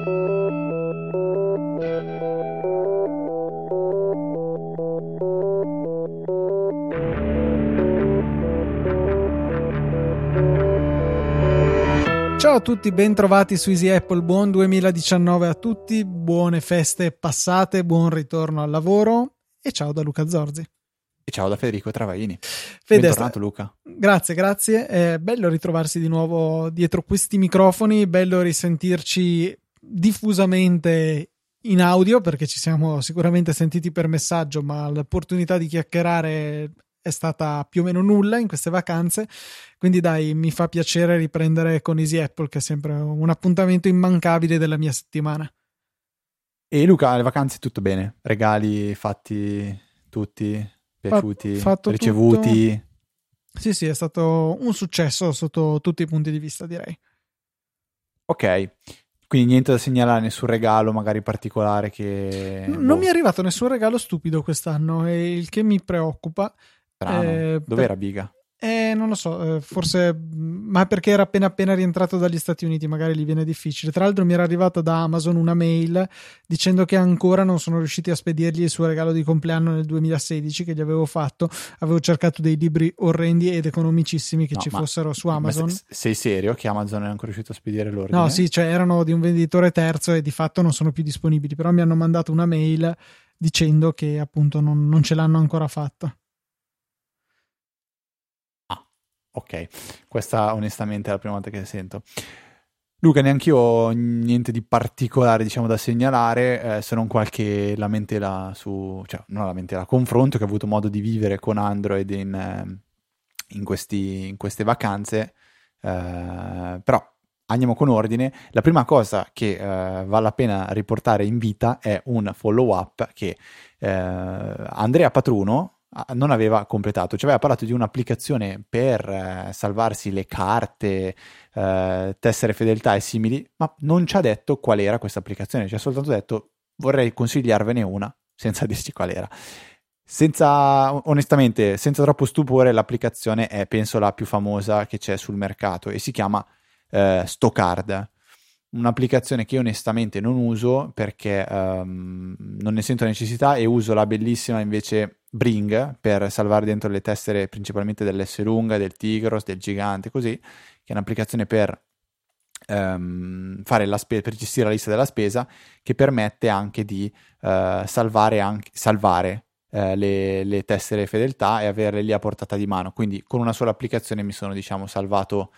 Ciao a tutti, ben trovati su Easy Apple, buon 2019 a tutti, buone feste passate, buon ritorno al lavoro e ciao da Luca Zorzi. E ciao da Federico Travaini. Fede, bentornato Luca. Grazie, è bello ritrovarsi di nuovo dietro questi microfoni, bello risentirci diffusamente in audio perché ci siamo sicuramente sentiti per messaggio, ma l'opportunità di chiacchierare è stata più o meno nulla in queste vacanze, quindi dai, mi fa piacere riprendere con Easy Apple, che è sempre un appuntamento immancabile della mia settimana. E Luca, le vacanze tutto bene? Regali fatti tutti? Piaciuti? Fatto ricevuti? Tutto. Sì, è stato un successo sotto tutti i punti di vista, direi. Ok, quindi niente da segnalare, nessun regalo magari particolare che... Non mi è arrivato nessun regalo stupido quest'anno, e il che mi preoccupa. Dov'era Biga? Non lo so, forse, ma perché era appena rientrato dagli Stati Uniti, magari gli viene difficile. Tra l'altro mi era arrivata da Amazon una mail dicendo che ancora non sono riusciti a spedirgli il suo regalo di compleanno nel 2016 che gli avevo fatto. Avevo cercato dei libri orrendi ed economicissimi che ci fossero su Amazon. Sei serio che Amazon è ancora riuscito a spedire l'ordine? No, sì, cioè erano di un venditore terzo e di fatto non sono più disponibili, però mi hanno mandato una mail dicendo che appunto non ce l'hanno ancora fatta. Ok, questa onestamente è la prima volta che sento. Luca, neanche io ho niente di particolare, diciamo, da segnalare, se non qualche lamentela non lamentela, confronto che ho avuto modo di vivere con Android in queste vacanze, però andiamo con ordine. La prima cosa che vale la pena riportare in vita è un follow-up che Andrea Patruno non aveva completato, ci aveva parlato di un'applicazione per salvarsi le carte, tessere fedeltà e simili, ma non ci ha detto qual era questa applicazione, ci ha soltanto detto vorrei consigliarvene una, senza dirci qual era. Onestamente, senza troppo stupore, l'applicazione è penso la più famosa che c'è sul mercato e si chiama Stocard. Un'applicazione che io onestamente non uso perché non ne sento necessità e uso la bellissima invece Bring per salvare dentro le tessere principalmente dell'S lunga, del Tigros, del Gigante, così, che è un'applicazione per fare per gestire la lista della spesa, che permette anche di salvare le tessere fedeltà e averle lì a portata di mano. Quindi con una sola applicazione mi sono, diciamo, salvato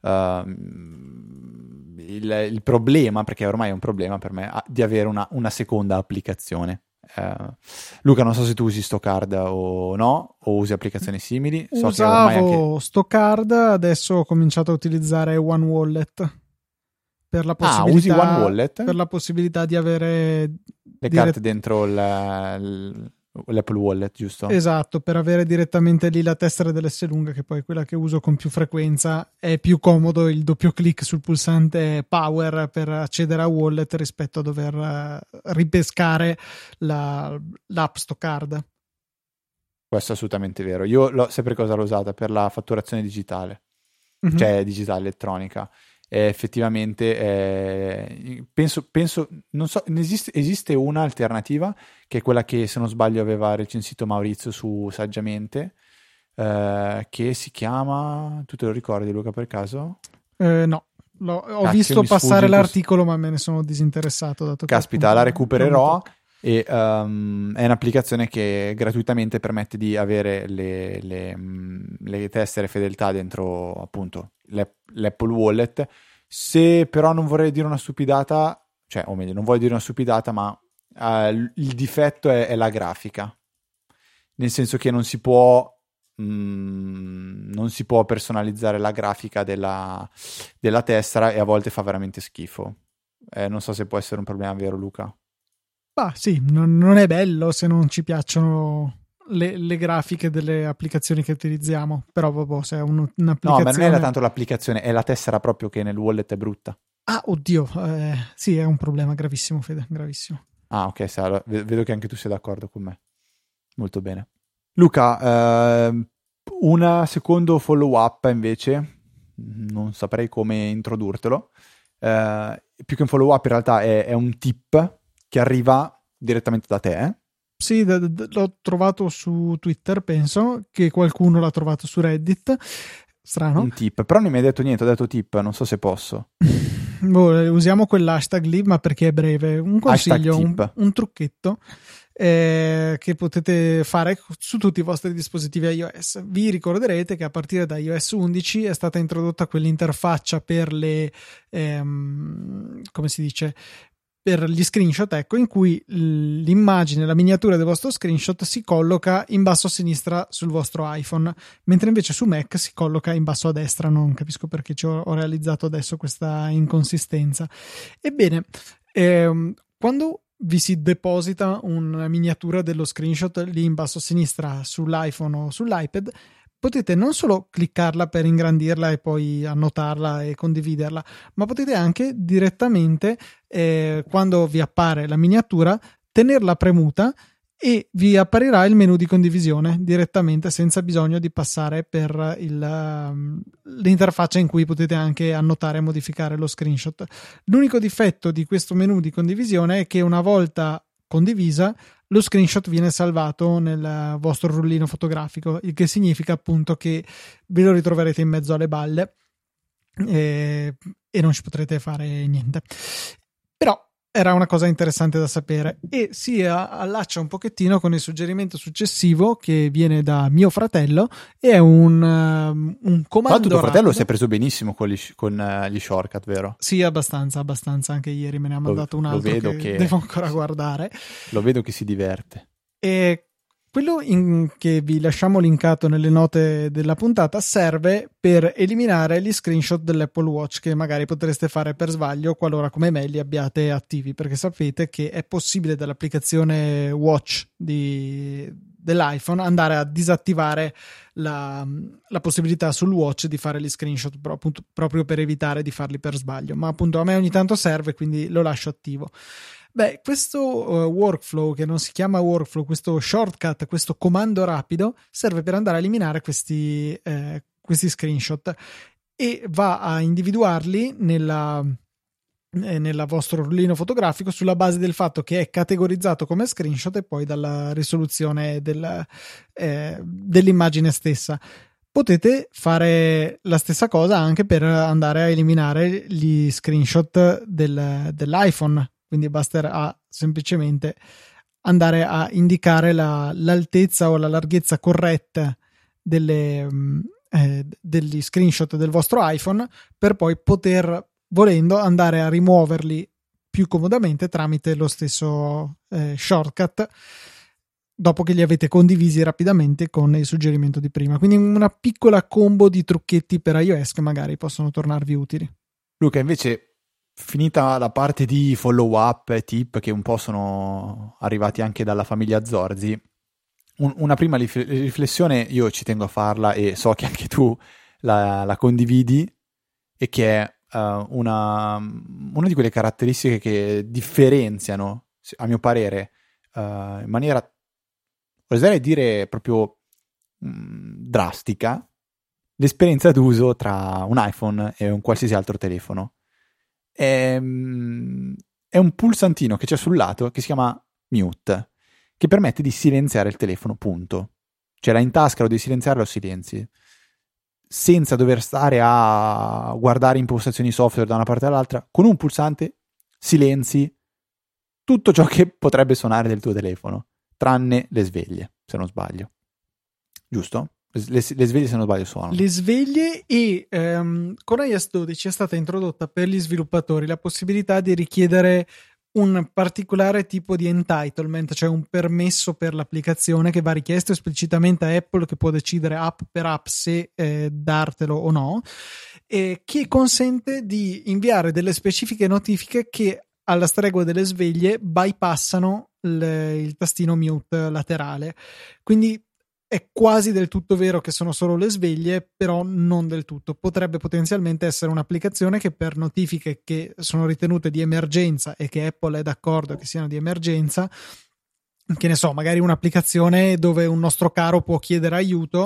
il problema, perché ormai è un problema per me, di avere una seconda applicazione. Luca, non so se tu usi Stocard o no, o usi applicazioni simili. Usavo Stocard, adesso ho cominciato a utilizzare One Wallet per la possibilità, usi One Wallet? Per la possibilità di avere le carte dentro l'Apple Wallet, giusto? Esatto, per avere direttamente lì la tessera dell'S lunga, che poi è quella che uso con più frequenza. È più comodo il doppio clic sul pulsante power per accedere a wallet rispetto a dover ripescare l'app Stocard. Questo è assolutamente vero. Io sai per cosa l'ho usata? Per la fatturazione digitale, cioè digitale, elettronica. Effettivamente penso non so, esiste una alternativa che è quella che, se non sbaglio, aveva recensito Maurizio su Saggiamente, che si chiama, tu te lo ricordi Luca per caso? No, ho visto passare l'articolo ma me ne sono disinteressato, dato caspita, la recupererò. E è un'applicazione che gratuitamente permette di avere le tessere fedeltà dentro appunto l'Apple Wallet. Se però non vorrei dire una stupidata, cioè, o meglio, non voglio dire una stupidata, ma il difetto è la grafica, nel senso che non si può personalizzare la grafica della tessera e a volte fa veramente schifo. Non so se può essere un problema vero, Luca. Bah, sì, non è bello se non ci piacciono le grafiche delle applicazioni che utilizziamo, però vabbè, se è un'applicazione... No, ma non è tanto l'applicazione, è la tessera proprio che nel wallet è brutta. Ah, oddio, sì, è un problema gravissimo, Fede, gravissimo. Ah, ok, vedo che anche tu sei d'accordo con me. Molto bene. Luca, un secondo follow-up invece, non saprei come introdurtelo. più che un follow up in realtà è un tip che arriva direttamente da te. Sì, l'ho trovato su Twitter, penso che qualcuno l'ha trovato su Reddit. Strano. Un tip, però non mi hai detto niente, ho detto tip, non so se posso. Usiamo quell'hashtag lì, ma perché è breve. Un consiglio, un trucchetto che potete fare su tutti i vostri dispositivi iOS. Vi ricorderete che a partire da iOS 11 è stata introdotta quell'interfaccia per le come si dice, per gli screenshot, ecco, in cui l'immagine, la miniatura del vostro screenshot si colloca in basso a sinistra sul vostro iPhone, mentre invece su Mac si colloca in basso a destra. Non capisco perché ho realizzato adesso questa inconsistenza. Ebbene, quando vi si deposita una miniatura dello screenshot lì in basso a sinistra sull'iPhone o sull'iPad, potete non solo cliccarla per ingrandirla e poi annotarla e condividerla, ma potete anche direttamente, quando vi appare la miniatura, tenerla premuta e vi apparirà il menu di condivisione direttamente, senza bisogno di passare per l'interfaccia in cui potete anche annotare e modificare lo screenshot. L'unico difetto di questo menu di condivisione è che una volta condivisa lo screenshot viene salvato nel vostro rullino fotografico, il che significa appunto che ve lo ritroverete in mezzo alle balle e non ci potrete fare niente. Però era una cosa interessante da sapere e si allaccia un pochettino con il suggerimento successivo che viene da mio fratello. È un comando tuo fratello rapido. si è preso benissimo con gli shortcut, vero? Sì, abbastanza, anche ieri me ne ha mandato un altro che devo ancora guardare. Lo vedo che si diverte. E quello che vi lasciamo linkato nelle note della puntata serve per eliminare gli screenshot dell'Apple Watch che magari potreste fare per sbaglio qualora come me li abbiate attivi, perché sapete che è possibile dall'applicazione Watch dell'iPhone andare a disattivare la possibilità sul Watch di fare gli screenshot proprio per evitare di farli per sbaglio, ma appunto a me ogni tanto serve, quindi lo lascio attivo. Beh, questo workflow, che non si chiama workflow, questo shortcut, questo comando rapido, serve per andare a eliminare questi screenshot e va a individuarli nella vostro rullino fotografico sulla base del fatto che è categorizzato come screenshot e poi dalla risoluzione dell'immagine stessa. Potete fare la stessa cosa anche per andare a eliminare gli screenshot dell'iPhone. Quindi basterà semplicemente andare a indicare l'altezza o la larghezza corretta degli screenshot del vostro iPhone per poi poter, volendo, andare a rimuoverli più comodamente tramite lo stesso shortcut dopo che li avete condivisi rapidamente con il suggerimento di prima. Quindi una piccola combo di trucchetti per iOS che magari possono tornarvi utili. Luca, invece, finita la parte di follow up e tip che un po' sono arrivati anche dalla famiglia Zorzi, una prima riflessione io ci tengo a farla e so che anche tu la condividi, e che è una di quelle caratteristiche che differenziano, a mio parere, in maniera, oserei dire proprio drastica, l'esperienza d'uso tra un iPhone e un qualsiasi altro telefono. È un pulsantino che c'è sul lato che si chiama mute, che permette di silenziare il telefono, punto. Cioè l'hai in tasca, lo devi silenziare, lo silenzi, senza dover stare a guardare impostazioni software da una parte all'altra. Con un pulsante silenzi tutto ciò che potrebbe suonare del tuo telefono, tranne le sveglie, se non sbaglio. Giusto? Le sveglie, se non sbaglio, suonano. Le sveglie, e con iOS 12 è stata introdotta per gli sviluppatori la possibilità di richiedere un particolare tipo di entitlement, cioè un permesso per l'applicazione che va richiesto esplicitamente a Apple, che può decidere app per app se dartelo o no, e che consente di inviare delle specifiche notifiche che, alla stregua delle sveglie, bypassano il tastino mute laterale. Quindi è quasi del tutto vero che sono solo le sveglie, però non del tutto. Potrebbe potenzialmente essere un'applicazione che, per notifiche che sono ritenute di emergenza e che Apple è d'accordo che siano di emergenza, che ne so, magari un'applicazione dove un nostro caro può chiedere aiuto,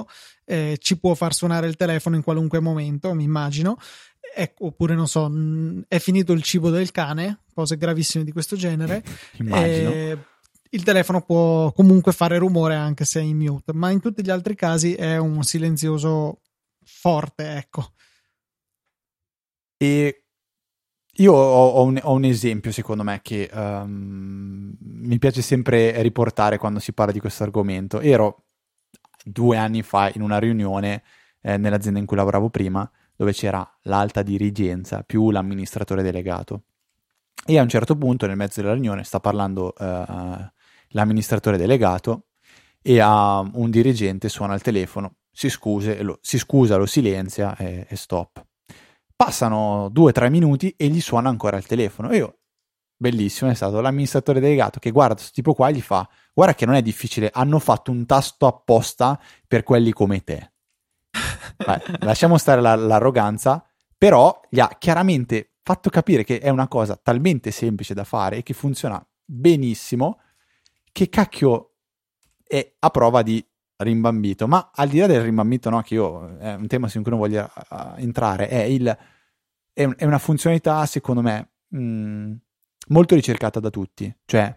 ci può far suonare il telefono in qualunque momento, mi immagino. Oppure non so, è finito il cibo del cane, cose gravissime di questo genere. Immagino. Il telefono può comunque fare rumore anche se è in mute, ma in tutti gli altri casi è un silenzioso forte, ecco. E io ho un esempio, secondo me, che mi piace sempre riportare quando si parla di questo argomento. Ero 2 anni fa in una riunione nell'azienda in cui lavoravo prima, dove c'era l'alta dirigenza più l'amministratore delegato. E a un certo punto, nel mezzo della riunione, sta parlando l'amministratore delegato e a un dirigente suona il telefono, si scusa, lo silenzia e stop. Passano 2-3 minuti e gli suona ancora il telefono. E io, bellissimo, è stato l'amministratore delegato che guarda questo tipo qua e gli fa: guarda che non è difficile, hanno fatto un tasto apposta per quelli come te. Lasciamo stare l'arroganza, però gli ha chiaramente fatto capire che è una cosa talmente semplice da fare e che funziona benissimo, che cacchio è a prova di rimbambito. Ma al di là del rimbambito, no, che io è un tema su cui non voglio entrare, è una funzionalità secondo me molto ricercata da tutti. Cioè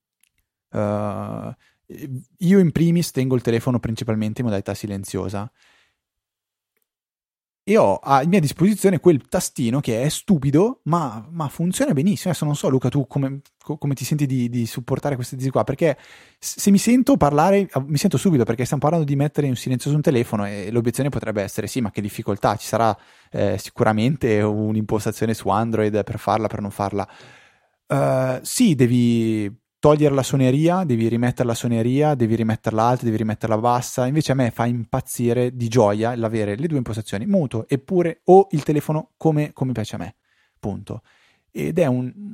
io in primis tengo il telefono principalmente in modalità silenziosa e ho a mia disposizione quel tastino che è stupido ma funziona benissimo. Adesso non so, Luca, tu come ti senti di supportare queste cose qua, perché se mi sento parlare mi sento subito, perché stiamo parlando di mettere in silenzioso un telefono e l'obiezione potrebbe essere: sì, ma che difficoltà, ci sarà sicuramente un'impostazione su Android per farla, per non farla. Sì, devi togliere la suoneria, devi rimettere la suoneria, devi rimetterla alta, devi rimetterla bassa. Invece a me fa impazzire di gioia l'avere le due impostazioni, muto eppure o il telefono come piace a me, punto. Ed è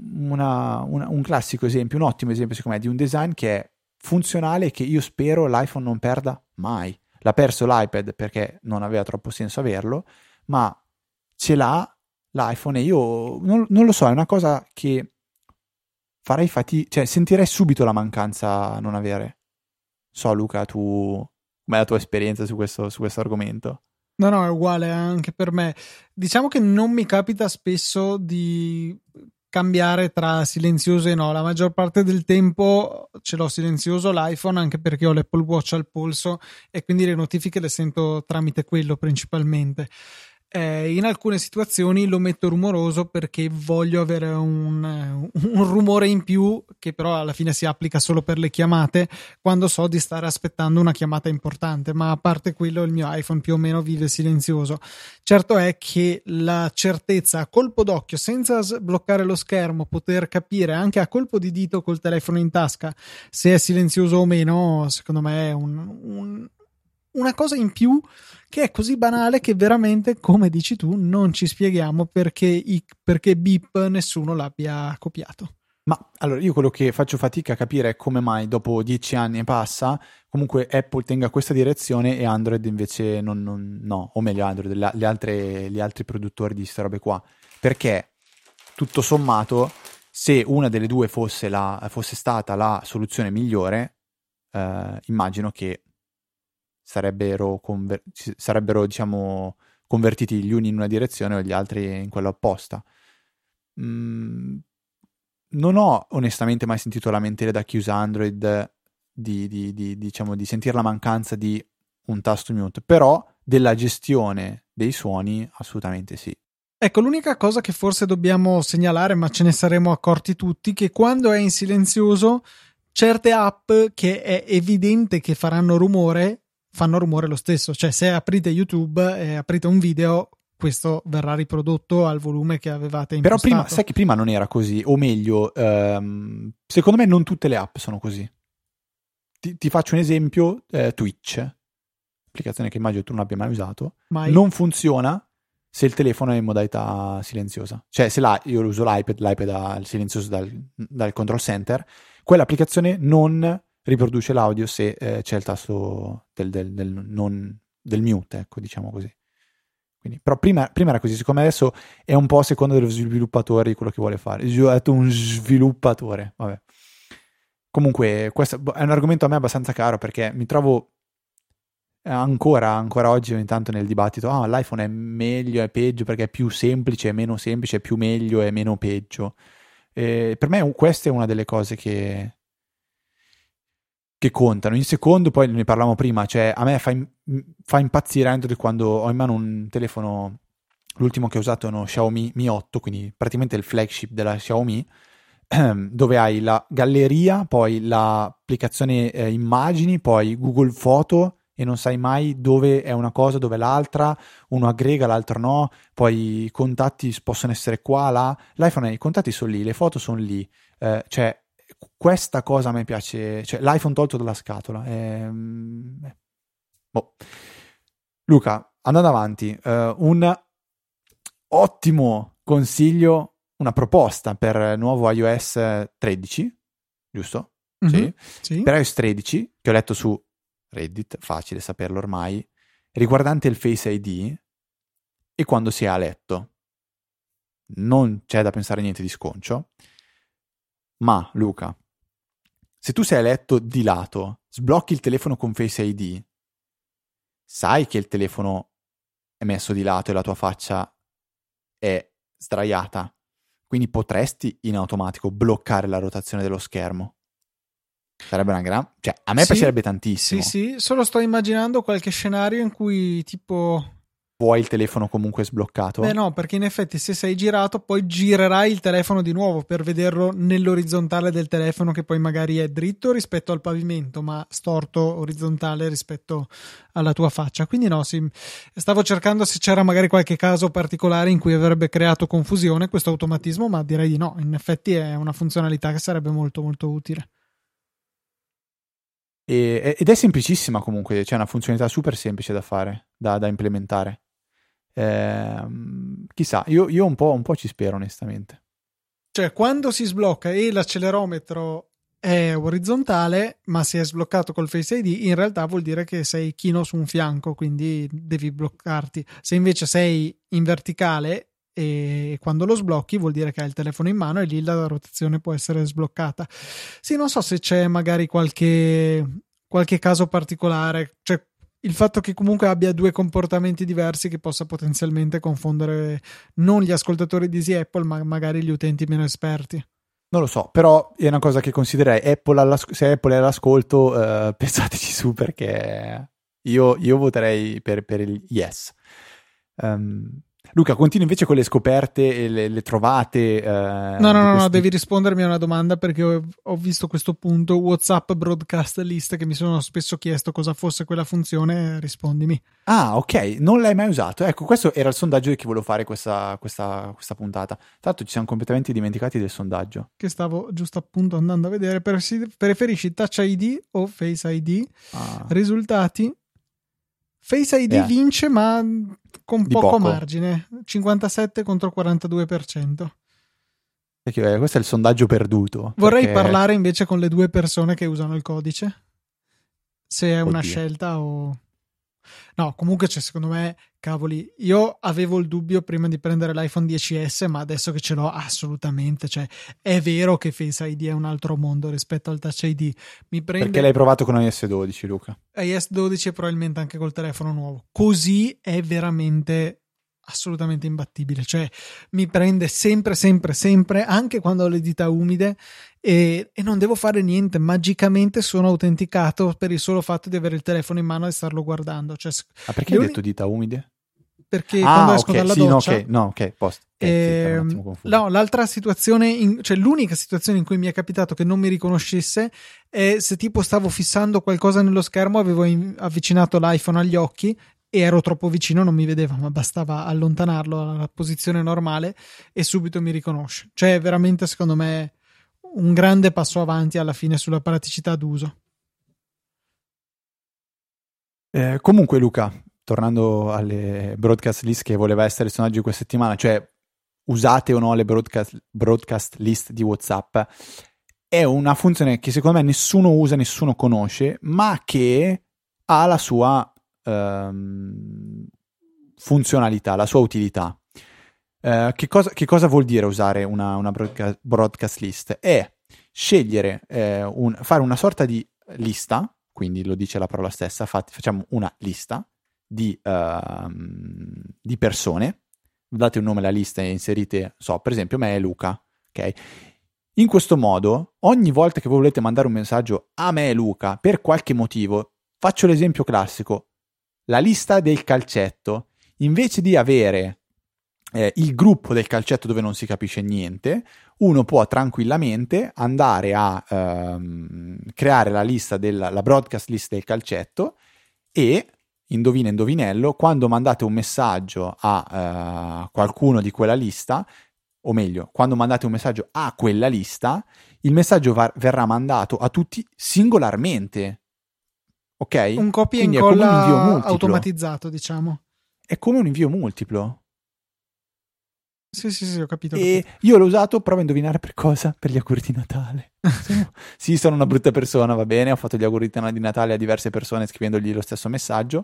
un classico esempio, un ottimo esempio secondo me di un design che è funzionale e che io spero l'iPhone non perda mai. L'ha perso l'iPad perché non aveva troppo senso averlo, ma ce l'ha l'iPhone e io non lo so, è una cosa che farei fatica, cioè sentirei subito la mancanza a non avere. So, Luca, tu com'è la tua esperienza su questo argomento? No, è uguale anche per me. Diciamo che non mi capita spesso di cambiare tra silenzioso e no. La maggior parte del tempo ce l'ho silenzioso l'iPhone, anche perché ho l'Apple Watch al polso e quindi le notifiche le sento tramite quello principalmente. In alcune situazioni lo metto rumoroso perché voglio avere un rumore in più, che però alla fine si applica solo per le chiamate, quando so di stare aspettando una chiamata importante. Ma a parte quello, il mio iPhone più o meno vive silenzioso. Certo è che la certezza a colpo d'occhio, senza sbloccare lo schermo, poter capire anche a colpo di dito col telefono in tasca se è silenzioso o meno, secondo me è una cosa in più che è così banale che veramente, come dici tu, non ci spieghiamo perché Beep nessuno l'abbia copiato. Ma allora io quello che faccio fatica a capire è come mai dopo 10 anni e passa comunque Apple tenga questa direzione e Android invece no, o meglio Android, gli altri produttori di queste robe qua, perché tutto sommato se una delle due fosse stata la soluzione migliore, immagino che sarebbero diciamo convertiti gli uni in una direzione e gli altri in quella opposta. Non ho onestamente mai sentito lamentele da chi usa Android diciamo di sentire la mancanza di un tasto mute, però della gestione dei suoni assolutamente sì. Ecco, l'unica cosa che forse dobbiamo segnalare, ma ce ne saremo accorti tutti, che quando è in silenzioso certe app che è evidente che fanno rumore lo stesso. Cioè, se aprite YouTube e aprite un video, questo verrà riprodotto al volume che avevate impostato. Però sai che prima non era così, o meglio, secondo me non tutte le app sono così. Ti faccio un esempio: Twitch, applicazione che immagino tu non abbia mai usato, non funziona se il telefono è in modalità silenziosa. Cioè, se io uso l'iPad ha il silenzioso dal control center, quell'applicazione non riproduce l'audio se c'è il tasto del mute, ecco, diciamo così. Quindi, però prima era così, siccome adesso è un po' a seconda dello sviluppatore di quello che vuole fare. Io ho detto un sviluppatore, vabbè. Comunque questo è un argomento a me abbastanza caro, perché mi trovo ancora oggi ogni tanto nel dibattito, l'iPhone è meglio, è peggio perché è più semplice, è meno semplice, è più meglio, è meno peggio. Per me questa è una delle cose che contano. In secondo, poi ne parlavamo prima, cioè a me fa impazzire anche quando ho in mano un telefono, l'ultimo che ho usato è uno Xiaomi Mi 8, quindi praticamente il flagship della Xiaomi, dove hai la galleria, poi l'applicazione immagini, poi Google Foto, e non sai mai dove è una cosa, dove è l'altra, uno aggrega, l'altro no, poi i contatti possono essere qua, là, l'iPhone, i contatti sono lì, le foto sono lì, cioè questa cosa a me piace, cioè l'iPhone tolto dalla scatola. Boh. Luca, andando avanti, un ottimo consiglio, una proposta per nuovo iOS 13, giusto? Mm-hmm, sì. Per iOS 13, che ho letto su Reddit, facile saperlo ormai, riguardante il Face ID, e quando si è a letto non c'è da pensare niente di sconcio, ma Luca, se tu sei a letto di lato, sblocchi il telefono con Face ID, sai che il telefono è messo di lato e la tua faccia è sdraiata, quindi potresti in automatico bloccare la rotazione dello schermo. Sarebbe una gran... cioè a me piacerebbe tantissimo. Sì, solo sto immaginando qualche scenario in cui tipo... Vuoi il telefono comunque sbloccato? Beh no, perché in effetti se sei girato poi girerai il telefono di nuovo per vederlo nell'orizzontale del telefono, che poi magari è dritto rispetto al pavimento ma storto orizzontale rispetto alla tua faccia. Quindi no, sì, stavo cercando se c'era magari qualche caso particolare in cui avrebbe creato confusione questo automatismo, ma direi di no. In effetti è una funzionalità che sarebbe molto molto utile. Ed è semplicissima comunque, c'è una funzionalità super semplice da fare, da implementare. Chissà, io un po' ci spero onestamente. Cioè quando si sblocca e l'accelerometro è orizzontale ma si è sbloccato col Face ID, in realtà vuol dire che sei chino su un fianco, quindi devi bloccarti. Se invece sei in verticale e quando lo sblocchi vuol dire che hai il telefono in mano e lì la rotazione può essere sbloccata. Sì, non so se c'è magari qualche caso particolare, cioè il fatto che comunque abbia due comportamenti diversi che possa potenzialmente confondere non gli ascoltatori di Easy Apple ma magari gli utenti meno esperti. Non lo so, però è una cosa che considererei. Se Apple è all'ascolto, pensateci su, perché io voterei per il yes. Luca, continui invece con le scoperte e le trovate. No, devi rispondermi a una domanda, perché ho visto questo punto WhatsApp Broadcast List, che mi sono spesso chiesto cosa fosse quella funzione. Rispondimi. Ah, ok, non l'hai mai usato. Ecco, questo era il sondaggio che volevo fare questa puntata. Tra l'altro ci siamo completamente dimenticati del sondaggio. Che stavo giusto appunto andando a vedere. Preferisci Touch ID o Face ID? Risultati: Face ID vince, ma con poco margine, 57 contro 42%. Questo è il sondaggio perduto. Vorrei parlare invece con le due persone che usano il codice, se è una scelta o... No, comunque secondo me, cavoli, io avevo il dubbio prima di prendere l'iPhone 10S, ma adesso che ce l'ho assolutamente, cioè è vero che Face ID è un altro mondo rispetto al Touch ID. Perché l'hai provato con iOS 12, Luca? iOS 12 e probabilmente anche col telefono nuovo. Così è veramente assolutamente imbattibile, cioè mi prende sempre, anche quando ho le dita umide e non devo fare niente, magicamente sono autenticato per il solo fatto di avere il telefono in mano e starlo guardando. Cioè, ma perché hai detto dita umide? Perché quando esco dalla doccia post. No, l'altra situazione, cioè l'unica situazione in cui mi è capitato che non mi riconoscesse è se tipo stavo fissando qualcosa nello schermo, avevo avvicinato l'iPhone agli occhi e ero troppo vicino, non mi vedeva, ma bastava allontanarlo alla posizione normale e subito mi riconosce. Cioè veramente, secondo me, un grande passo avanti alla fine sulla praticità d'uso. Comunque, Luca, tornando alle broadcast list che voleva essere il sondaggio di questa settimana, cioè usate o no le broadcast list di WhatsApp, è una funzione che secondo me nessuno usa, nessuno conosce, ma che ha la sua funzionalità, la sua utilità. Che cosa vuol dire usare una broadcast list? È scegliere, fare una sorta di lista quindi lo dice la parola stessa, facciamo una lista di persone, date un nome alla lista e inserite, per esempio me è Luca, ok? In questo modo, ogni volta che voi volete mandare un messaggio a me e Luca, per qualche motivo, faccio l'esempio classico, la lista del calcetto, invece di avere il gruppo del calcetto dove non si capisce niente, uno può tranquillamente andare a creare la lista la broadcast list del calcetto e, indovina indovinello, quando mandate un messaggio a qualcuno di quella lista, o meglio, quando mandate un messaggio a quella lista, il messaggio verrà mandato a tutti singolarmente. Ok? Un copia e Quindi incolla è come un invio multiplo. automatizzato, diciamo. È come un invio multiplo. Sì, ho capito. E io l'ho usato, prova a indovinare per cosa? Per gli auguri di Natale. Sì, sono una brutta persona, va bene, ho fatto gli auguri di Natale a diverse persone scrivendogli lo stesso messaggio,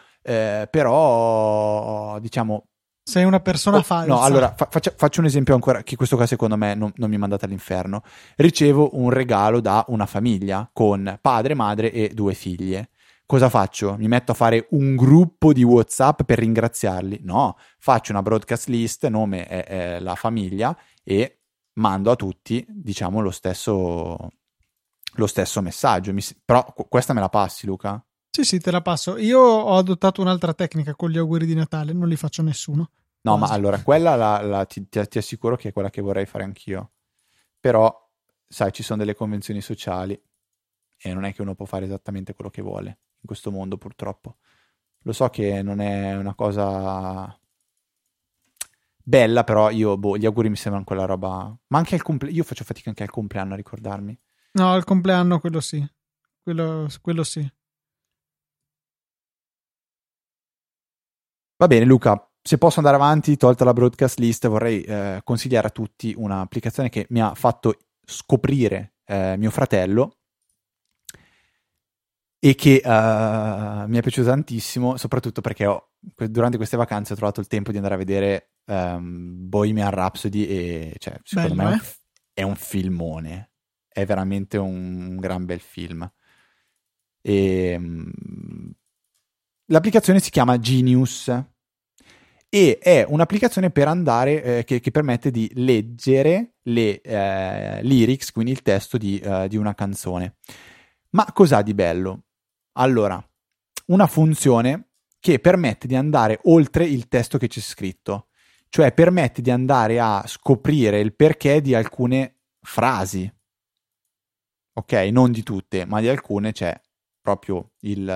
però, diciamo... Sei una persona falsa. No, allora, faccio un esempio ancora, che questo qua secondo me non mi mandate all'inferno. Ricevo un regalo da una famiglia con padre, madre e 2 figlie. Cosa faccio? Mi metto a fare un gruppo di WhatsApp per ringraziarli? No, faccio una broadcast list, nome è la famiglia, e mando a tutti, diciamo, lo stesso messaggio. Però questa me la passi, Luca? Sì, te la passo. Io ho adottato un'altra tecnica con gli auguri di Natale, non li faccio a nessuno. No, quasi. Ma allora, quella ti assicuro che è quella che vorrei fare anch'io. Però, sai, ci sono delle convenzioni sociali e non è che uno può fare esattamente quello che vuole in questo mondo, purtroppo. Lo so che non è una cosa bella, però gli auguri mi sembrano quella roba... Ma anche al compleanno, io faccio fatica anche al compleanno a ricordarmi. No, al compleanno quello sì. Quello sì. Va bene, Luca, se posso andare avanti, tolta la broadcast list, vorrei consigliare a tutti un'applicazione che mi ha fatto scoprire mio fratello e che mi è piaciuto tantissimo, soprattutto perché durante queste vacanze ho trovato il tempo di andare a vedere Bohemian Rhapsody e cioè, secondo Bello, me è un filmone, è veramente un gran bel film. E l'applicazione si chiama Genius e è un'applicazione per andare che permette di leggere le lyrics, quindi il testo di una canzone. Ma cos'ha di bello? Allora, una funzione che permette di andare oltre il testo che c'è scritto, cioè permette di andare a scoprire il perché di alcune frasi. Ok, non di tutte, ma di alcune c'è proprio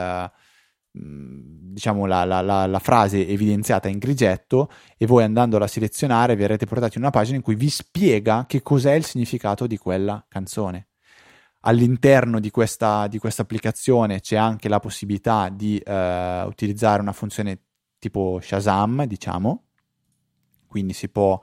diciamo la frase evidenziata in grigetto e voi andandola a selezionare verrete portati in una pagina in cui vi spiega che cos'è il significato di quella canzone. All'interno di questa applicazione c'è anche la possibilità di utilizzare una funzione tipo Shazam, diciamo, quindi si può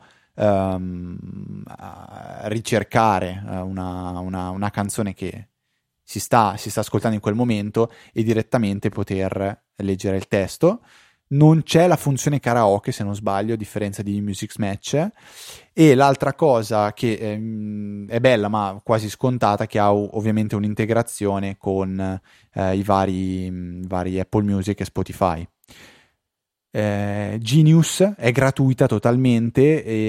ricercare una canzone che si sta ascoltando in quel momento e direttamente poter leggere il testo. Non c'è la funzione karaoke, se non sbaglio, a differenza di Music Match. E l'altra cosa che è bella ma quasi scontata, che ha ovviamente un'integrazione con i vari Apple Music e Spotify. Genius è gratuita totalmente e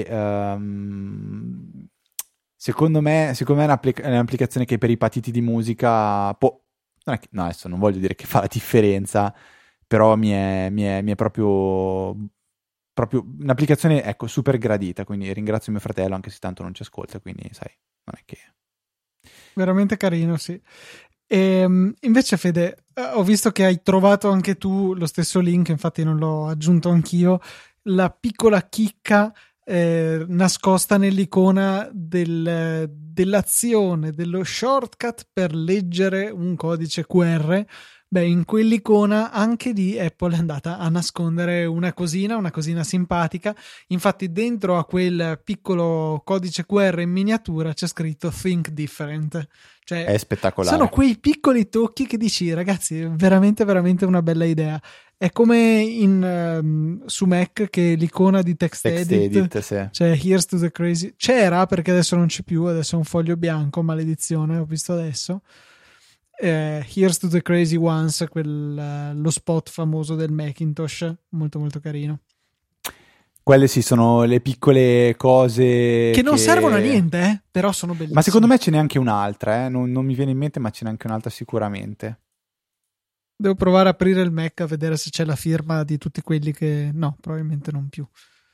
secondo me è un'applicazione che per i patiti di musica no, adesso non voglio dire che fa la differenza, però mi è proprio un'applicazione, ecco, super gradita, quindi ringrazio mio fratello anche se tanto non ci ascolta, quindi sai, non è che... Veramente carino, sì. E invece Fede, ho visto che hai trovato anche tu lo stesso link, infatti non l'ho aggiunto anch'io, la piccola chicca nascosta nell'icona dell'azione, dello shortcut per leggere un codice QR. Beh, in quell'icona anche lì Apple è andata a nascondere una cosina simpatica. Infatti dentro a quel piccolo codice QR in miniatura c'è scritto Think Different. Cioè, è spettacolare. Sono quei piccoli tocchi che dici, ragazzi, è veramente, veramente una bella idea. È come su Mac che l'icona di text edit sì. Cioè Here's to the Crazy c'era, perché adesso non c'è più, adesso è un foglio bianco, maledizione, ho visto adesso. Here's to the Crazy Ones, lo spot famoso del Macintosh, molto molto carino. Quelle sì, sono le piccole cose che non servono a niente, però sono bellissime. Ma secondo me ce n'è anche un'altra, non mi viene in mente, ma ce n'è anche un'altra sicuramente. Devo provare a aprire il Mac a vedere se c'è la firma di tutti quelli che... No, probabilmente non più.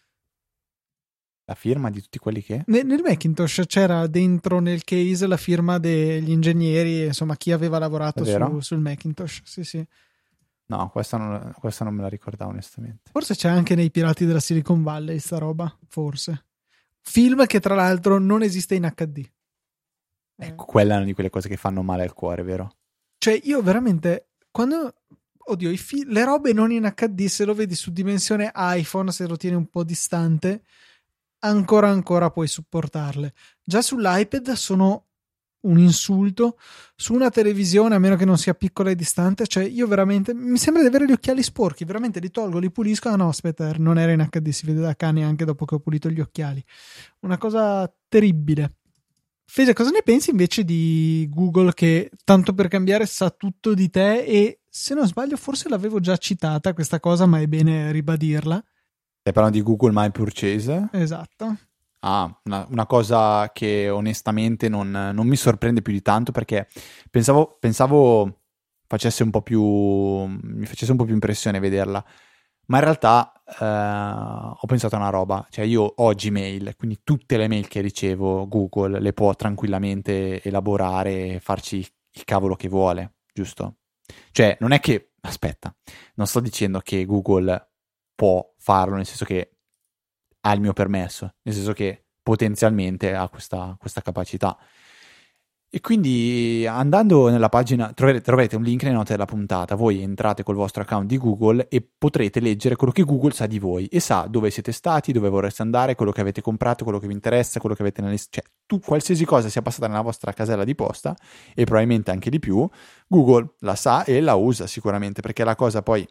La firma di tutti quelli che? Nel Macintosh c'era dentro nel case la firma degli ingegneri, insomma chi aveva lavorato sul Macintosh. Sì, sì. No, questa non me la ricordavo onestamente. Forse c'è anche nei Pirati della Silicon Valley sta roba, forse. Film che tra l'altro non esiste in HD. Ecco, quella è una di quelle cose che fanno male al cuore, vero? Cioè io veramente, quando... Oddio, le robe non in HD, se lo vedi su dimensione iPhone, se lo tieni un po' distante, ancora puoi supportarle. Già sull'iPad sono un insulto, su una televisione, a meno che non sia piccola e distante, cioè io veramente mi sembra di avere gli occhiali sporchi, veramente li tolgo, li pulisco, no aspetta, non era in HD, si vede da cane anche dopo che ho pulito gli occhiali, una cosa terribile. Fede, cosa ne pensi invece di Google che tanto per cambiare sa tutto di te, e se non sbaglio forse l'avevo già citata questa cosa, ma è bene ribadirla. Stai parlando di Google My Purchase? Esatto. Una cosa che onestamente non mi sorprende più di tanto, perché pensavo mi facesse un po' più impressione vederla, ma in realtà ho pensato a una roba, cioè io ho Gmail, quindi tutte le mail che ricevo Google le può tranquillamente elaborare e farci il cavolo che vuole, giusto? Cioè non è che, aspetta, non sto dicendo che Google può farlo, nel senso che ha il mio permesso, nel senso che potenzialmente ha questa capacità. E quindi andando nella pagina troverete un link nelle note della puntata, voi entrate col vostro account di Google e potrete leggere quello che Google sa di voi e sa dove siete stati, dove vorreste andare, quello che avete comprato, quello che vi interessa, quello che avete cioè qualsiasi cosa sia passata nella vostra casella di posta, e probabilmente anche di più, Google la sa e la usa sicuramente, perché la cosa poi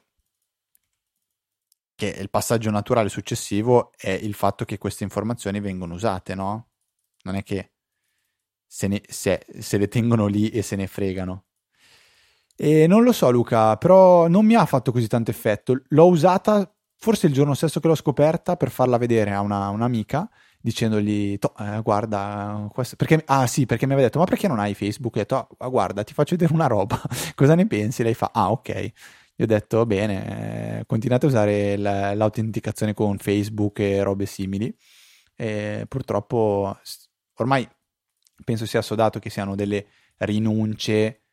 che il passaggio naturale successivo è il fatto che queste informazioni vengono usate, no? Non è che se le tengono lì e se ne fregano. E non lo so, Luca, però non mi ha fatto così tanto effetto. L'ho usata forse il giorno stesso che l'ho scoperta per farla vedere a un'amica, dicendogli guarda questo, perché mi aveva detto ma perché non hai Facebook? E ho detto guarda, ti faccio vedere una roba, cosa ne pensi? Lei fa ok. Io ho detto bene, continuate a usare l'autenticazione con Facebook e robe simili, e purtroppo ormai penso sia assodato che siano delle rinunce,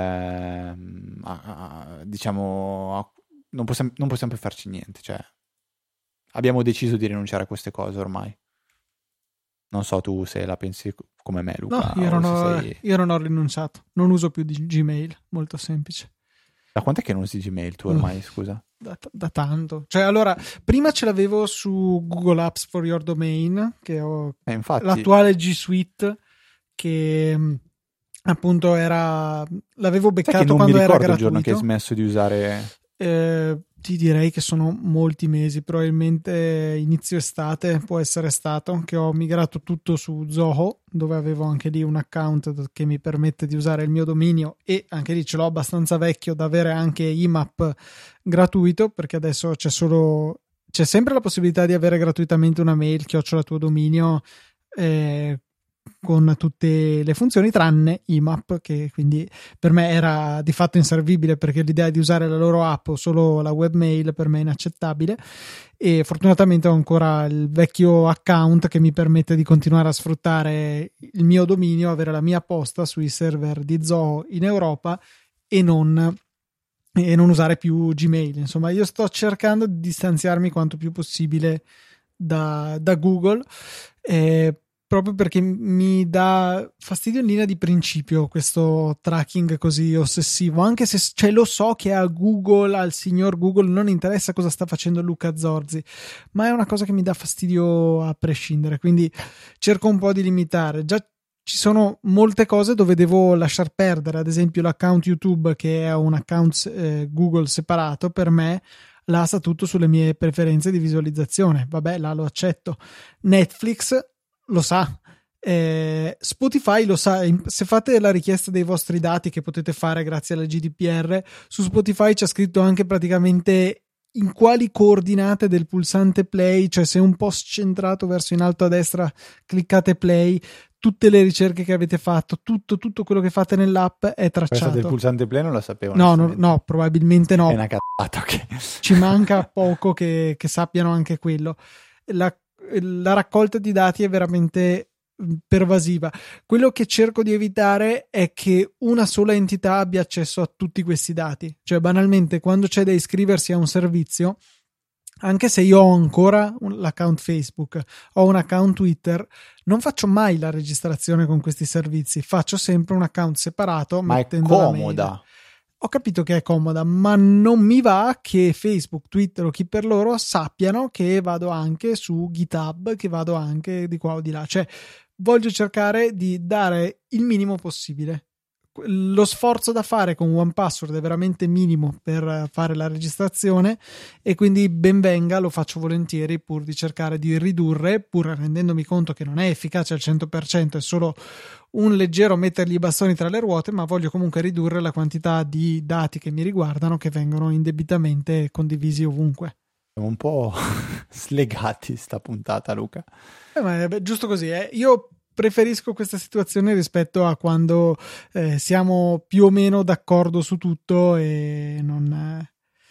diciamo, non possiamo più farci niente, cioè abbiamo deciso di rinunciare a queste cose ormai. Non so tu se la pensi come me, Luca. No, io non ho rinunciato, non uso più di Gmail, molto semplice. Da quant'è che non usi Gmail tu ormai, scusa? Da tanto. Cioè, allora, prima ce l'avevo su Google Apps for Your Domain, che ho infatti, l'attuale G Suite, che appunto l'avevo beccato quando era gratuito. Non mi ricordo il giorno che hai smesso di usare... Ti direi che sono molti mesi, probabilmente inizio estate può essere stato, che ho migrato tutto su Zoho, dove avevo anche lì un account che mi permette di usare il mio dominio, e anche lì ce l'ho abbastanza vecchio da avere anche IMAP gratuito, perché adesso c'è sempre la possibilità di avere gratuitamente una mail @tuo dominio con tutte le funzioni tranne IMAP, che quindi per me era di fatto inservibile, perché l'idea di usare la loro app o solo la webmail per me è inaccettabile, e fortunatamente ho ancora il vecchio account che mi permette di continuare a sfruttare il mio dominio, avere la mia posta sui server di Zoho in Europa e non usare più Gmail. Insomma, io sto cercando di distanziarmi quanto più possibile da Google, proprio perché mi dà fastidio in linea di principio questo tracking così ossessivo, anche se cioè, lo so che a Google, al signor Google, non interessa cosa sta facendo Luca Zorzi, ma è una cosa che mi dà fastidio a prescindere, quindi cerco un po' di limitare. Già ci sono molte cose dove devo lasciar perdere, ad esempio l'account YouTube, che è un account Google separato, per me là sta tutto sulle mie preferenze di visualizzazione, vabbè, là lo accetto. Netflix lo sa, Spotify lo sa, se fate la richiesta dei vostri dati, che potete fare grazie alla GDPR, su Spotify c'è scritto anche praticamente in quali coordinate del pulsante play, cioè se un post centrato verso in alto a destra cliccate play, tutte le ricerche che avete fatto, tutto quello che fate nell'app è tracciato. Questa del pulsante play non la sapevo. No, probabilmente no. È una cazzata, ok. Ci manca poco che sappiano anche quello. La raccolta di dati è veramente pervasiva. Quello che cerco di evitare è che una sola entità abbia accesso a tutti questi dati. Cioè, banalmente, quando c'è da iscriversi a un servizio, anche se io ho ancora l'account Facebook, ho un account Twitter, non faccio mai la registrazione con questi servizi, faccio sempre un account separato. Ma è comoda. Ho capito che è comoda, ma non mi va che Facebook, Twitter o chi per loro sappiano che vado anche su GitHub, che vado anche di qua o di là. Cioè, voglio cercare di dare il minimo possibile. Lo sforzo da fare con OnePassword è veramente minimo per fare la registrazione, e quindi ben venga, lo faccio volentieri, pur di cercare di ridurre, pur rendendomi conto che non è efficace al 100%, è solo un leggero mettergli i bastoni tra le ruote, ma voglio comunque ridurre la quantità di dati che mi riguardano, che vengono indebitamente condivisi ovunque. Siamo un po' slegati sta puntata, Luca. Ma è giusto così, Io preferisco questa situazione rispetto a quando siamo più o meno d'accordo su tutto e non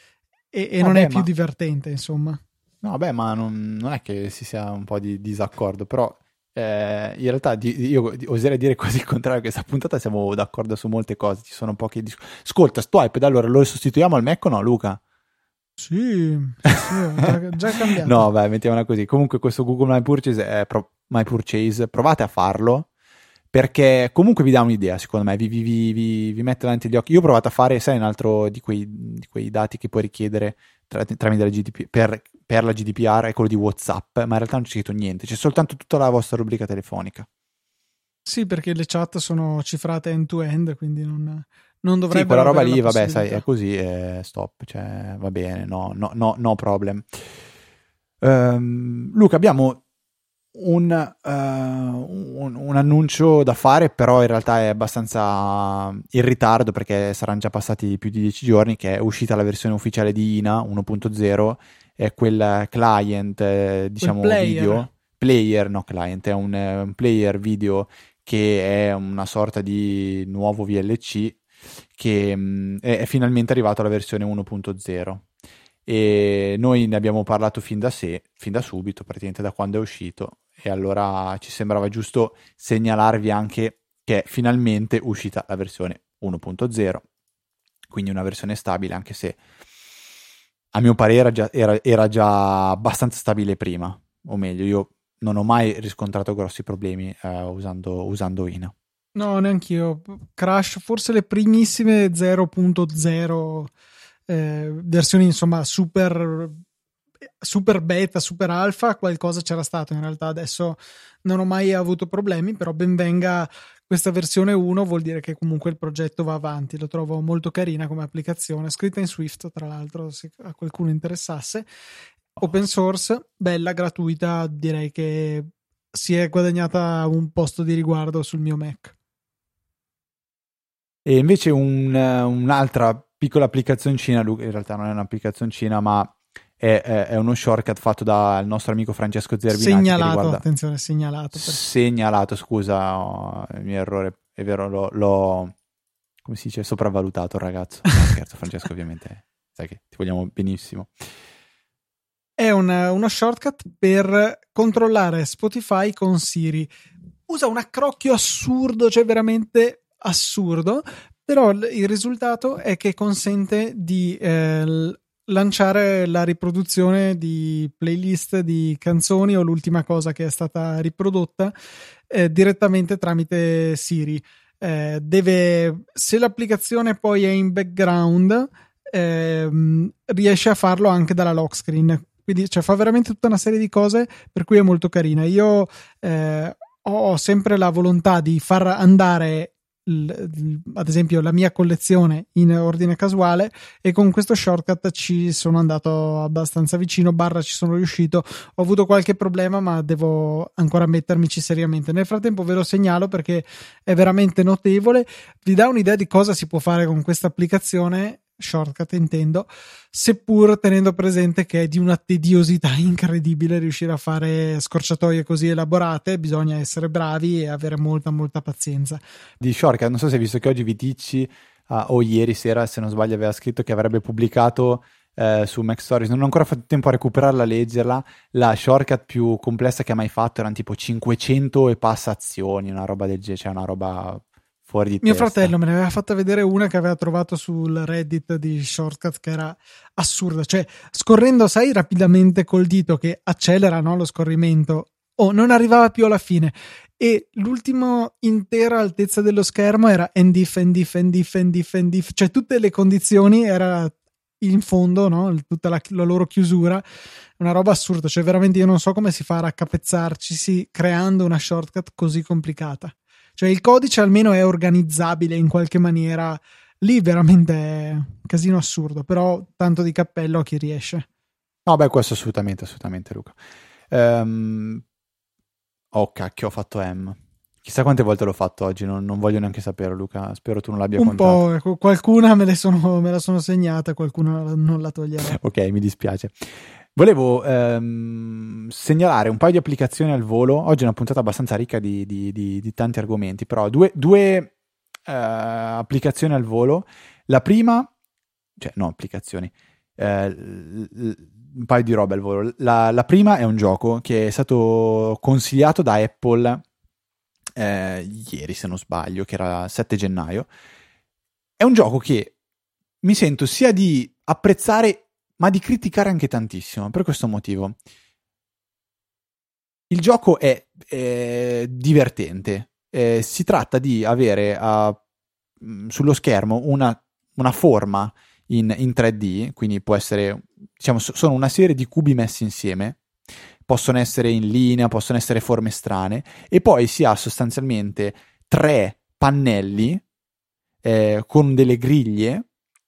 è più divertente, insomma. No, vabbè, ma non è che si sia un po' di disaccordo, però in realtà io oserei dire quasi il contrario, che questa puntata siamo d'accordo su molte cose, ci sono poche ascolta, sto iPad, allora lo sostituiamo al Mac o no, Luca? Sì, già cambiato. No, beh, mettiamola così. Comunque questo Google My Purchase, provate a farlo, perché comunque vi dà un'idea, secondo me, vi mette davanti agli occhi. Io ho provato a fare, sai, un altro di quei dati che puoi richiedere tramite la per la GDPR, è quello di WhatsApp, ma in realtà non c'è scritto niente, c'è soltanto tutta la vostra rubrica telefonica. Sì, perché le chat sono cifrate end-to-end, quindi non dovrebbero. Sì, quella roba avere lì, la vabbè, sai, è così, stop, cioè, va bene, no problem. Luca, abbiamo un annuncio da fare, però in realtà è abbastanza in ritardo, perché saranno già passati più di 10 giorni, che è uscita la versione ufficiale di INA 1.0, è quel client, diciamo, video. Player, no client, è un player video che è una sorta di nuovo VLC, che è finalmente arrivato alla versione 1.0, e noi ne abbiamo parlato fin da subito, praticamente da quando è uscito, e allora ci sembrava giusto segnalarvi anche che è finalmente uscita la versione 1.0, quindi una versione stabile, anche se a mio parere era già abbastanza stabile prima, o meglio, io non ho mai riscontrato grossi problemi usando INA. No, neanch'io. Crash, forse le primissime 0.0 versioni, insomma, super beta, super alfa, qualcosa c'era stato. In realtà adesso non ho mai avuto problemi, però ben venga questa versione 1, vuol dire che comunque il progetto va avanti. Lo trovo molto carina come applicazione, scritta in Swift, tra l'altro, se a qualcuno interessasse. Open source, bella, gratuita, direi che si è guadagnata un posto di riguardo sul mio Mac. E invece un'altra piccola applicazioncina, in realtà non è un'applicazioncina, ma è uno shortcut fatto dal nostro amico Francesco Zerbinati. Segnalato, attenzione, segnalato, scusa, il mio errore, è vero, l'ho come si dice, sopravvalutato il ragazzo. No, scherzo, Francesco, ovviamente, sai che ti vogliamo benissimo. È uno shortcut per controllare Spotify con Siri. Usa un accrocchio assurdo, cioè veramente assurdo, però il risultato è che consente di lanciare la riproduzione di playlist di canzoni o l'ultima cosa che è stata riprodotta direttamente tramite Siri. Se l'applicazione poi è in background, riesce a farlo anche dalla lock screen. Quindi fa veramente tutta una serie di cose, per cui è molto carina. Io ho sempre la volontà di far andare ad esempio la mia collezione in ordine casuale, e con questo shortcut ci sono andato abbastanza vicino, ci sono riuscito. Ho avuto qualche problema, ma devo ancora mettermici seriamente. Nel frattempo ve lo segnalo perché è veramente notevole, vi dà un'idea di cosa si può fare con questa applicazione shortcut, intendo, seppur tenendo presente che è di una tediosità incredibile riuscire a fare scorciatoie così elaborate. Bisogna essere bravi e avere molta pazienza. Di shortcut, non so se hai visto che oggi Viticci o ieri sera, se non sbaglio, aveva scritto che avrebbe pubblicato su Mac Stories, non ho ancora fatto tempo a recuperarla, a leggerla, la shortcut più complessa che ha mai fatto. Erano tipo 500 e passa azioni, una roba del genere, cioè una roba fuori di Mio testa. fratello me ne aveva fatta vedere una che aveva trovato sul Reddit di shortcut, che era assurda, cioè scorrendo, sai, rapidamente col dito che accelera, no, lo scorrimento, non arrivava più alla fine, e l'ultima intera altezza dello schermo era NDIF, cioè tutte le condizioni era in fondo, no? Tutta la loro chiusura, una roba assurda, cioè veramente io non so come si fa a raccapezzarci creando una shortcut così complicata. Cioè il codice almeno è organizzabile in qualche maniera, lì veramente è un casino assurdo, però tanto di cappello a chi riesce. No, beh, questo assolutamente, Luca. Oh cacchio, ho fatto M. Chissà quante volte l'ho fatto oggi, non voglio neanche sapere, Luca, spero tu non l'abbia contato. Un po', ecco, qualcuna me la sono segnata, qualcuna non la toglierò. Ok, mi dispiace. Volevo segnalare un paio di applicazioni al volo. Oggi è una puntata abbastanza ricca di tanti argomenti, però due applicazioni al volo. La prima, cioè no applicazioni, un paio di robe al volo. La prima è un gioco che è stato consigliato da Apple ieri, se non sbaglio, che era 7 gennaio. È un gioco che mi sento sia di apprezzare ma di criticare anche tantissimo, per questo motivo. Il gioco è divertente. Si tratta di avere sullo schermo una forma in 3D, quindi può essere, diciamo, sono una serie di cubi messi insieme, possono essere in linea, possono essere forme strane, e poi si ha sostanzialmente 3 pannelli con delle griglie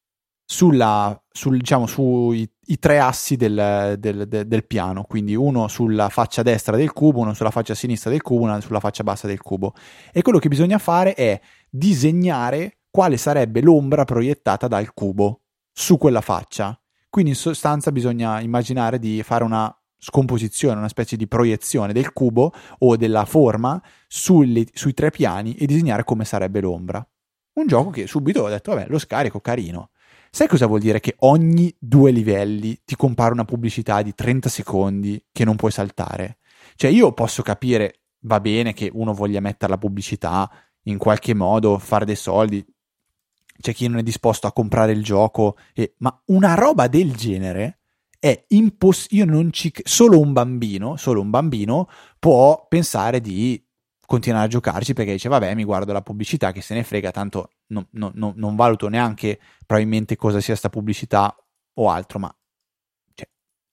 diciamo, sui 3 assi del piano, quindi uno sulla faccia destra del cubo, uno sulla faccia sinistra del cubo, uno sulla faccia bassa del cubo, e quello che bisogna fare è disegnare quale sarebbe l'ombra proiettata dal cubo su quella faccia. Quindi in sostanza bisogna immaginare di fare una scomposizione, una specie di proiezione del cubo o della forma sui 3 piani e disegnare come sarebbe l'ombra. Un gioco che subito ho detto, vabbè, lo scarico, carino. Sai cosa vuol dire? Che ogni 2 livelli ti compare una pubblicità di 30 secondi che non puoi saltare. Cioè io posso capire, va bene che uno voglia mettere la pubblicità, in qualche modo fare dei soldi, c'è chi non è disposto a comprare il gioco, ma una roba del genere è impossibile. Solo un bambino può pensare di continuare a giocarci, perché dice vabbè, mi guardo la pubblicità, che se ne frega, tanto non valuto neanche probabilmente cosa sia sta pubblicità o altro. Ma cioè,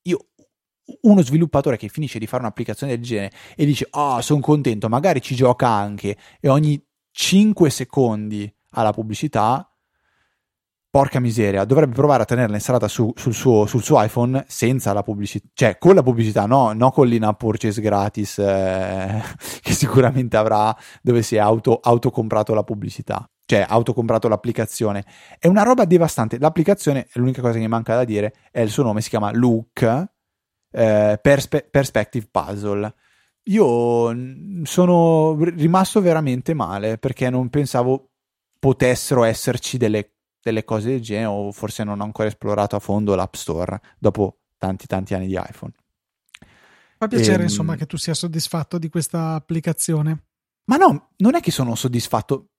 uno sviluppatore che finisce di fare un'applicazione del genere e dice sono contento, magari ci gioca anche, e ogni 5 secondi alla pubblicità, porca miseria, dovrebbe provare a tenerla installata sul suo iPhone senza la pubblicità, cioè con la pubblicità, no con l'in-app purchase gratis che sicuramente avrà, dove si è autocomprato la pubblicità, cioè autocomprato l'applicazione. È una roba devastante. L'applicazione, l'unica cosa che mi manca da dire è il suo nome, si chiama Look Perspective Puzzle. Io sono rimasto veramente male, perché non pensavo potessero esserci delle cose del genere, o forse non ho ancora esplorato a fondo l'App Store dopo tanti anni di iPhone. Fa piacere insomma che tu sia soddisfatto di questa applicazione. Ma no, non è che sono soddisfatto,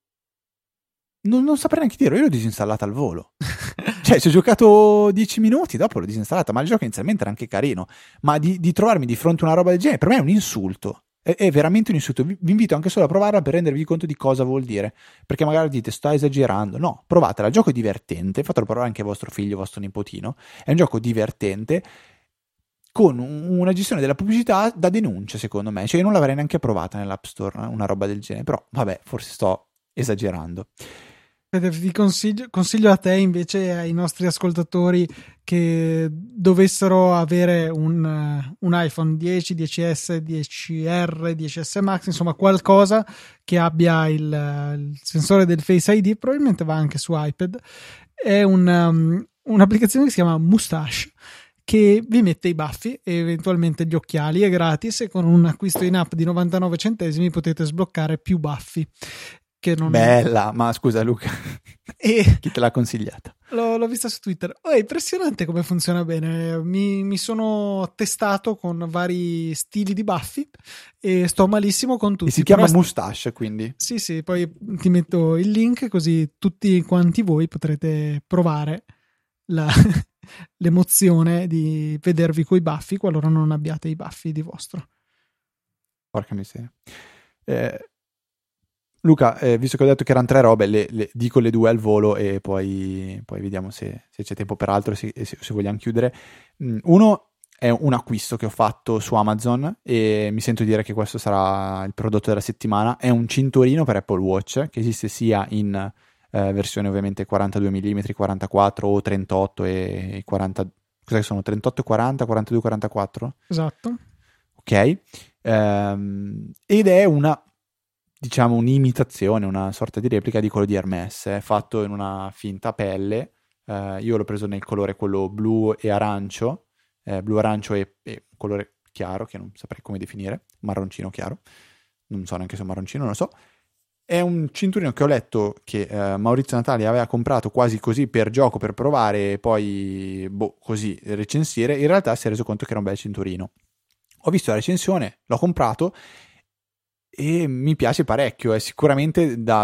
non saprei neanche dire, io l'ho disinstallata al volo. Cioè ci ho giocato 10 minuti, dopo l'ho disinstallata, ma il gioco inizialmente era anche carino, ma di trovarmi di fronte a una roba del genere per me è un insulto. È veramente un insulto. Vi invito anche solo a provarla per rendervi conto di cosa vuol dire, perché magari dite sto esagerando. No, provatela, il gioco è divertente, fatelo provare anche a vostro figlio, vostro nipotino. È un gioco divertente, con una gestione della pubblicità da denuncia, secondo me. Cioè io non l'avrei neanche provata nell'App Store, una roba del genere, però vabbè, forse sto esagerando. Ti consiglio a te invece e ai nostri ascoltatori che dovessero avere un iPhone 10, 10S, 10R, 10S Max, insomma qualcosa che abbia il sensore del Face ID, probabilmente va anche su iPad. È un'applicazione che si chiama Moustache, che vi mette i baffi e eventualmente gli occhiali, è gratis, e con un acquisto in app di 99 centesimi potete sbloccare più baffi. Che non... Bella, ma scusa Luca, chi te l'ha consigliata? L'ho vista su Twitter. È impressionante come funziona bene. Mi sono testato con vari stili di baffi e sto malissimo con tutti. E si chiama Moustache, quindi? Sì, poi ti metto il link così tutti quanti voi potrete provare l'emozione di vedervi coi baffi qualora non abbiate i baffi di vostro. Porca miseria. Luca, visto che ho detto che erano 3 robe, le dico le 2 al volo e poi vediamo se c'è tempo per altro e se vogliamo chiudere. Uno è un acquisto che ho fatto su Amazon e mi sento dire che questo sarà il prodotto della settimana. È un cinturino per Apple Watch che esiste sia in versione ovviamente 42 mm, 44 o 38 e 40. Cos'è che sono? 38 e 40, 42 e 44? Esatto. Ok. Ed è un'imitazione, una sorta di replica di quello di Hermès, è fatto in una finta pelle. Io l'ho preso nel colore quello blu e arancio e colore chiaro, che non saprei come definire, marroncino chiaro, non so neanche se è marroncino, non lo so. È un cinturino che ho letto che Maurizio Natali aveva comprato quasi così per gioco, per provare e poi così recensire. In realtà si è reso conto che era un bel cinturino. Ho visto la recensione, l'ho comprato e mi piace parecchio. È sicuramente da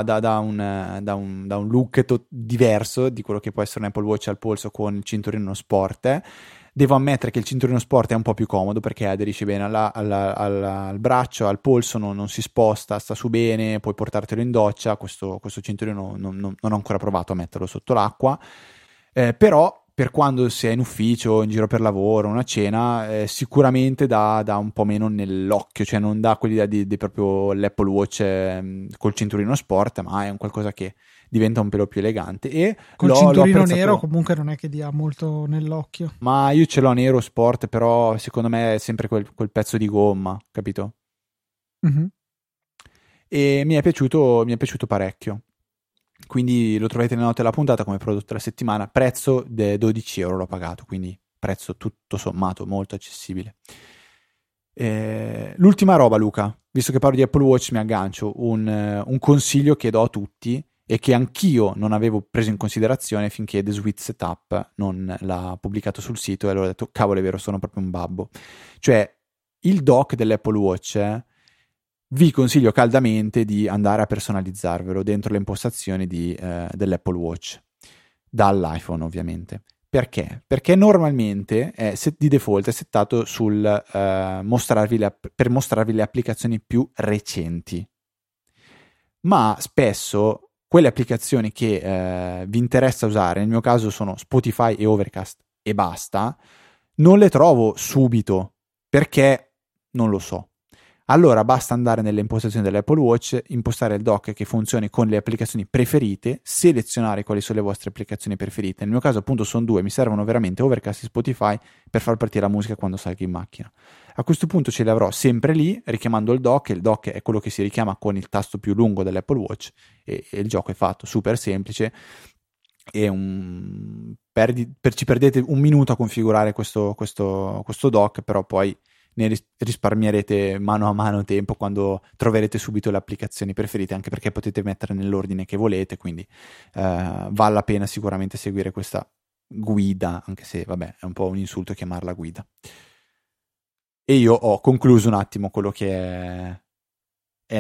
un look diverso di quello che può essere un Apple Watch al polso con il cinturino sport. Devo ammettere che il cinturino sport è un po' più comodo perché aderisce bene al braccio, al polso, non si sposta, sta su bene, puoi portartelo in doccia. Questo cinturino non ho ancora provato a metterlo sotto l'acqua, però per quando sei in ufficio, in giro per lavoro, una cena, sicuramente dà un po' meno nell'occhio, cioè non dà quell'idea di proprio l'Apple Watch col cinturino sport, ma è un qualcosa che diventa un pelo più elegante. E col cinturino nero comunque non è che dia molto nell'occhio. Ma io ce l'ho nero sport, però secondo me è sempre quel pezzo di gomma, capito? Mm-hmm. E mi è piaciuto parecchio. Quindi lo troverete nelle note della puntata come prodotto della settimana. Prezzo di 12 euro l'ho pagato, quindi prezzo tutto sommato molto accessibile. L'ultima roba, Luca, visto che parlo di Apple Watch mi aggancio, un consiglio che do a tutti e che anch'io non avevo preso in considerazione finché The Sweet Setup non l'ha pubblicato sul sito, e allora ho detto cavolo, è vero, sono proprio un babbo. Cioè il dock dell'Apple Watch vi consiglio caldamente di andare a personalizzarvelo dentro le impostazioni dell'Apple Watch, dall'iPhone ovviamente. Perché? Perché normalmente di default è settato sul per mostrarvi le applicazioni più recenti, ma spesso quelle applicazioni che vi interessa usare, nel mio caso sono Spotify e Overcast e basta, non le trovo subito perché non lo so. Allora basta andare nelle impostazioni dell'Apple Watch, impostare il dock che funzioni con le applicazioni preferite, selezionare quali sono le vostre applicazioni preferite. Nel mio caso appunto sono 2, mi servono veramente Overcast e Spotify per far partire la musica quando salgo in macchina. A questo punto ce le avrò sempre lì, richiamando il dock. Il dock è quello che si richiama con il tasto più lungo dell'Apple Watch e il gioco è fatto super semplice. E ci perdete un minuto a configurare questo dock, però poi ne risparmierete mano a mano tempo quando troverete subito le applicazioni preferite, anche perché potete mettere nell'ordine che volete, quindi vale la pena sicuramente seguire questa guida, anche se vabbè è un po' un insulto chiamarla guida. E io ho concluso un attimo quello che è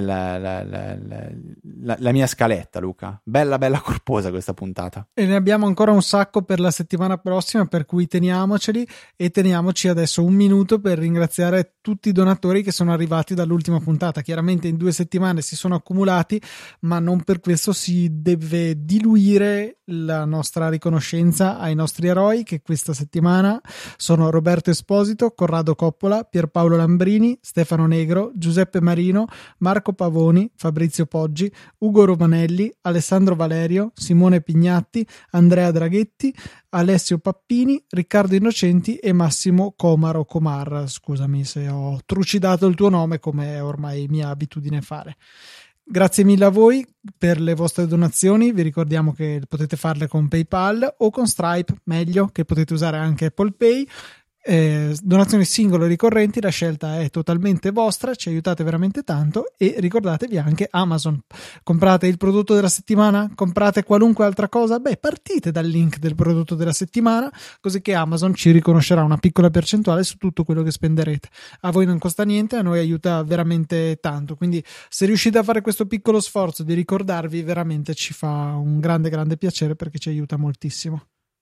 la mia scaletta, Luca. Bella corposa questa puntata. E ne abbiamo ancora un sacco per la settimana prossima, per cui teniamoceli, e teniamoci adesso un minuto per ringraziare tutti i donatori che sono arrivati dall'ultima puntata. Chiaramente in 2 settimane si sono accumulati, ma non per questo si deve diluire la nostra riconoscenza ai nostri eroi, che questa settimana sono Roberto Esposito, Corrado Coppola, Pierpaolo Lambrini, Stefano Negro, Giuseppe Marino, Marco Marco Pavoni, Fabrizio Poggi, Ugo Romanelli, Alessandro Valerio, Simone Pignatti, Andrea Draghetti, Alessio Pappini, Riccardo Innocenti e Massimo Comar. Scusami se ho trucidato il tuo nome, come è ormai mia abitudine fare. Grazie mille a voi per le vostre donazioni. Vi ricordiamo che potete farle con PayPal o con Stripe, meglio, che potete usare anche Apple Pay. Donazioni singole o ricorrenti, la scelta è totalmente vostra, ci aiutate veramente tanto. E ricordatevi anche Amazon: comprate il prodotto della settimana, comprate qualunque altra cosa, partite dal link del prodotto della settimana, così che Amazon ci riconoscerà una piccola percentuale su tutto quello che spenderete. A voi non costa niente, a noi aiuta veramente tanto, quindi se riuscite a fare questo piccolo sforzo di ricordarvi, veramente ci fa un grande piacere, perché ci aiuta moltissimo.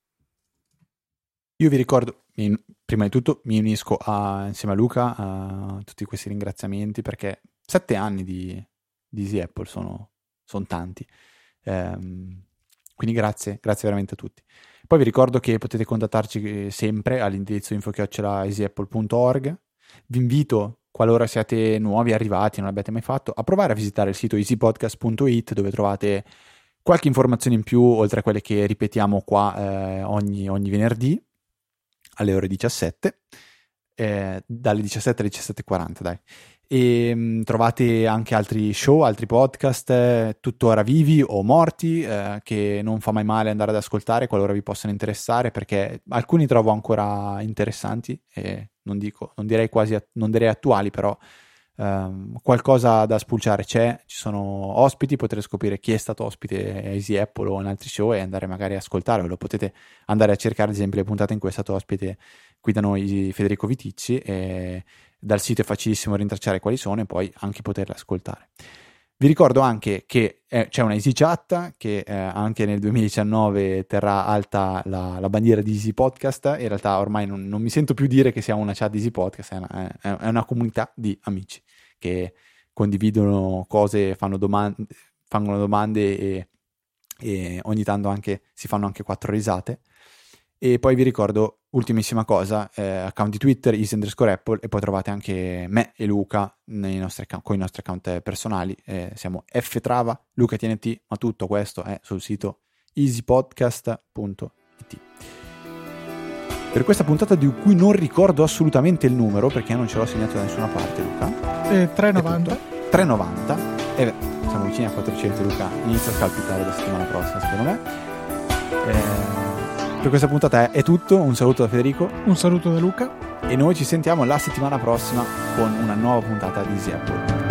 Io vi ricordo, prima di tutto mi unisco insieme a Luca a tutti questi ringraziamenti, perché 7 anni di Easy Apple sono tanti, quindi grazie veramente a tutti. Poi vi ricordo che potete contattarci sempre all'indirizzo info@easyapple.org. Vi invito, qualora siate nuovi arrivati e non l'abbiate mai fatto, a provare a visitare il sito easypodcast.it, dove trovate qualche informazione in più oltre a quelle che ripetiamo qua ogni venerdì alle ore 17, dalle 17 alle 17:40, dai. E trovate anche altri show, altri podcast, tuttora vivi o morti, che non fa mai male andare ad ascoltare qualora vi possano interessare, perché alcuni trovo ancora interessanti, e non direi attuali, però qualcosa da spulciare c'è. Ci sono ospiti, potrete scoprire chi è stato ospite a Easy Apple o in altri show e andare magari a ascoltare, o lo potete andare a cercare, ad esempio, le puntate in cui è stato ospite qui da noi Federico Viticci, e dal sito è facilissimo rintracciare quali sono e poi anche poterle ascoltare. Vi ricordo anche che c'è una Easy Chat che anche nel 2019 terrà alta la bandiera di Easy Podcast. In realtà ormai non mi sento più dire che siamo una chat di Easy Podcast, è una comunità di amici che condividono cose, fanno domande e ogni tanto anche si fanno anche 4 risate. E poi vi ricordo, ultimissima cosa, account di Twitter Easy_Apple, e poi trovate anche me e Luca con i nostri account personali, siamo ftrava, Luca TNT, ma tutto questo è sul sito easypodcast.it. Per questa puntata, di cui non ricordo assolutamente il numero perché non ce l'ho segnato da nessuna parte, Luca, 390, e siamo vicini a 400. Luca inizia a scalpitare la settimana prossima, secondo me. Per questa puntata è tutto. Un saluto da Federico, un saluto da Luca, e noi ci sentiamo la settimana prossima con una nuova puntata di Easy Apple.